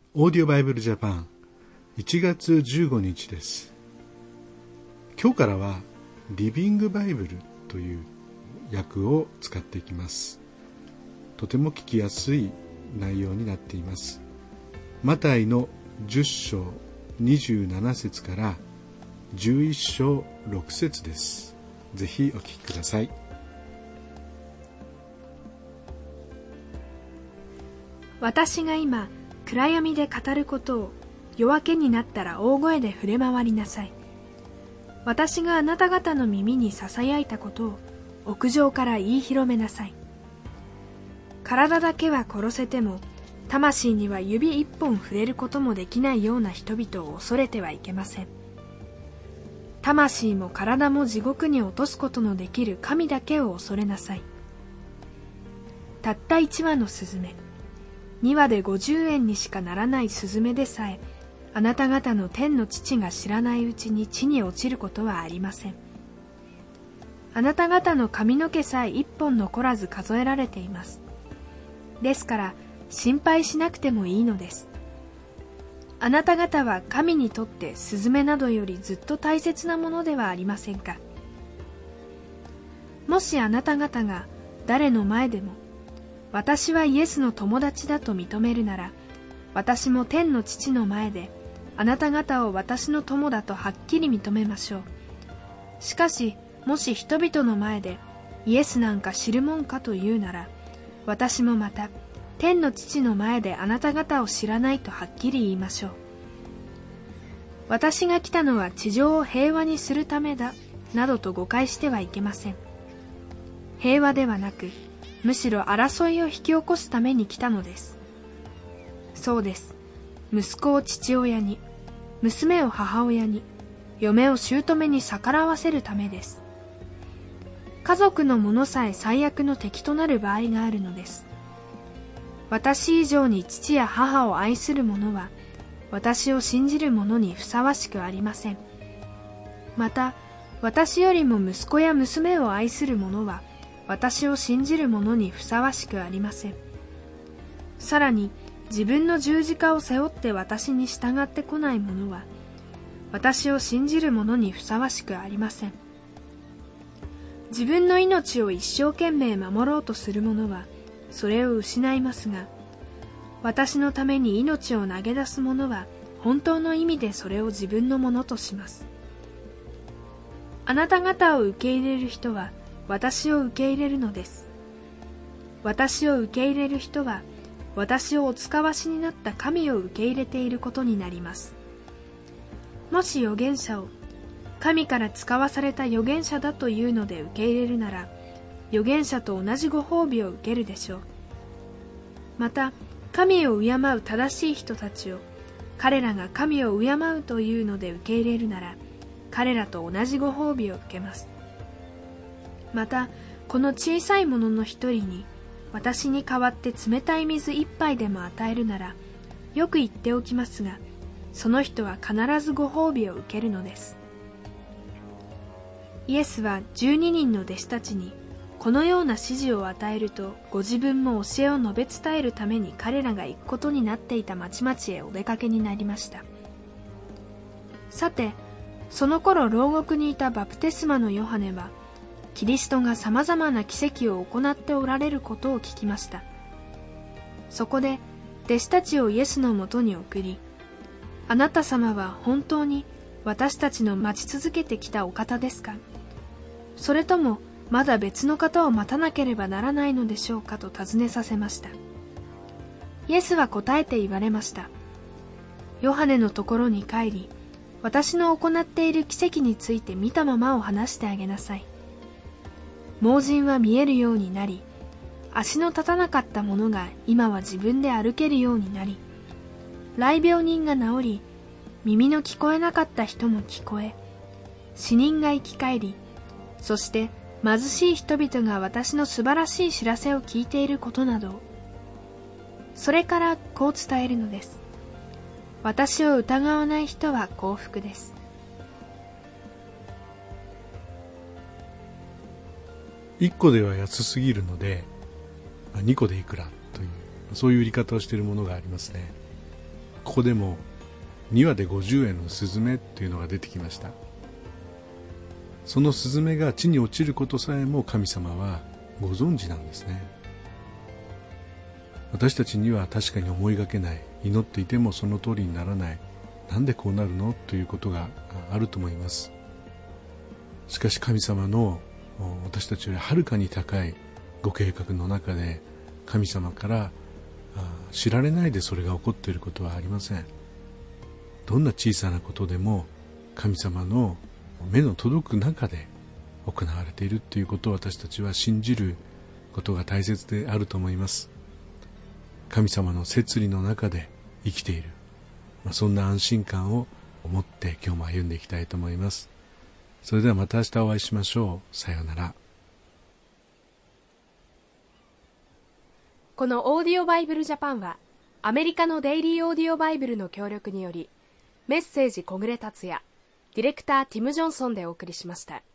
オーディオバイブルジャパン1月15日です。今日からはリビングバイブルという訳を使っていきます。とても聞きやすい内容になっています。マタイの10章27節から11章6節です。ぜひお聞きください。 私が今暗闇で語ることを夜明けになったら大声で触れ回りなさい。私があなた方の耳にささやいたことを屋上から言い広めなさい。体だけは殺せても魂には指一本触れることもできないような人々を恐れてはいけません。魂も体も地獄に落とすことのできる神だけを恐れなさい。たった1羽のスズメ、2羽で50円にしかならないスズメでさえ、あなた方の天の父が知らないうちに地に落ちることはありません。あなた方の髪の毛さえ1本残らず数えられています。ですから心配しなくてもいいのです。あなた方は神にとってスズメなどよりずっと大切なものではありませんか。もしあなた方が誰の前でも私はイエスの友達だと認めるなら、私も天の父の前であなた方を私の友だとはっきり認めましょう。しかしもし人々の前でイエスなんか知るもんかと言うなら、私もまた天の父の前であなた方を知らないとはっきり言いましょう。私が来たのは地上を平和にするためだなどと誤解してはいけません。平和ではなく、むしろ争いを引き起こすために来たのです。そうです。息子を父親に、娘を母親に、嫁を姑に逆らわせるためです。家族の者さえ最悪の敵となる場合があるのです。私以上に父や母を愛する者は、私を信じる者にふさわしくありません。また、私よりも息子や娘を愛する者は、私を信じる者にふさわしくありません。さらに自分の十字架を背負って私に従ってこない者は、私を信じる者にふさわしくありません。自分の命を一生懸命守ろうとする者はそれを失いますが、私のために命を投げ出す者は本当の意味でそれを自分のものとします。あなた方を受け入れる人は私を受け入れるのです。私を受け入れる人は私をお使わしになった神を受け入れていることになります。もし預言者を神から使わされた預言者だというので受け入れるなら、預言者と同じご褒美を受けるでしょう。また神を敬う正しい人たちを彼らが神を敬うというので受け入れるなら、彼らと同じご褒美を受けます。またこの小さいものの一人に私に代わって冷たい水一杯でも与えるなら、よく言っておきますが、その人は必ずご褒美を受けるのです。イエスは12人の弟子たちにこのような指示を与えると、ご自分も教えを述べ伝えるために彼らが行くことになっていた町々へお出かけになりました。さてその頃牢獄にいたバプテスマのヨハネは、キリストがさまざまな奇跡を行っておられることを聞きました。そこで弟子たちをイエスのもとに送り、あなた様は本当に私たちの待ち続けてきたお方ですか？それともまだ別の方を待たなければならないのでしょうかと尋ねさせました。イエスは答えて言われました。ヨハネのところに帰り、私の行っている奇跡について見たままを話してあげなさい。盲人は見えるようになり、足の立たなかった者が今は自分で歩けるようになり、癩病人が治り、耳の聞こえなかった人も聞こえ、死人が生き返り、そして貧しい人々が私の素晴らしい知らせを聞いていることなどを、それからこう伝えるのです。私を疑わない人は幸福です。 1個では安すぎるので2個でいくらという、そういう売り方をしているものがありますね。 ここでも2羽で50円のスズメというのが出てきました。そのスズメが地に落ちることさえも神様はご存知なんですね。私たちには確かに思いがけない、祈っていてもその通りにならない、なんでこうなるのということがあると思います。しかし神様の私たちよりはるかに高いご計画の中で、神様から知られないでそれが起こっていることはありません。どんな小さなことでも神様の目の届く中で行われているということを私たちは信じることが大切であると思います。神様の摂理の中で生きている、そんな安心感を持って今日も歩んでいきたいと思います。それではまた明日お会いしましょう。さようなら。 このオーディオバイブルジャパンはアメリカのデイリーオーディオバイブルの協力により、メッセージ小暮達也、ディレクターティム・ジョンソンでお送りしました。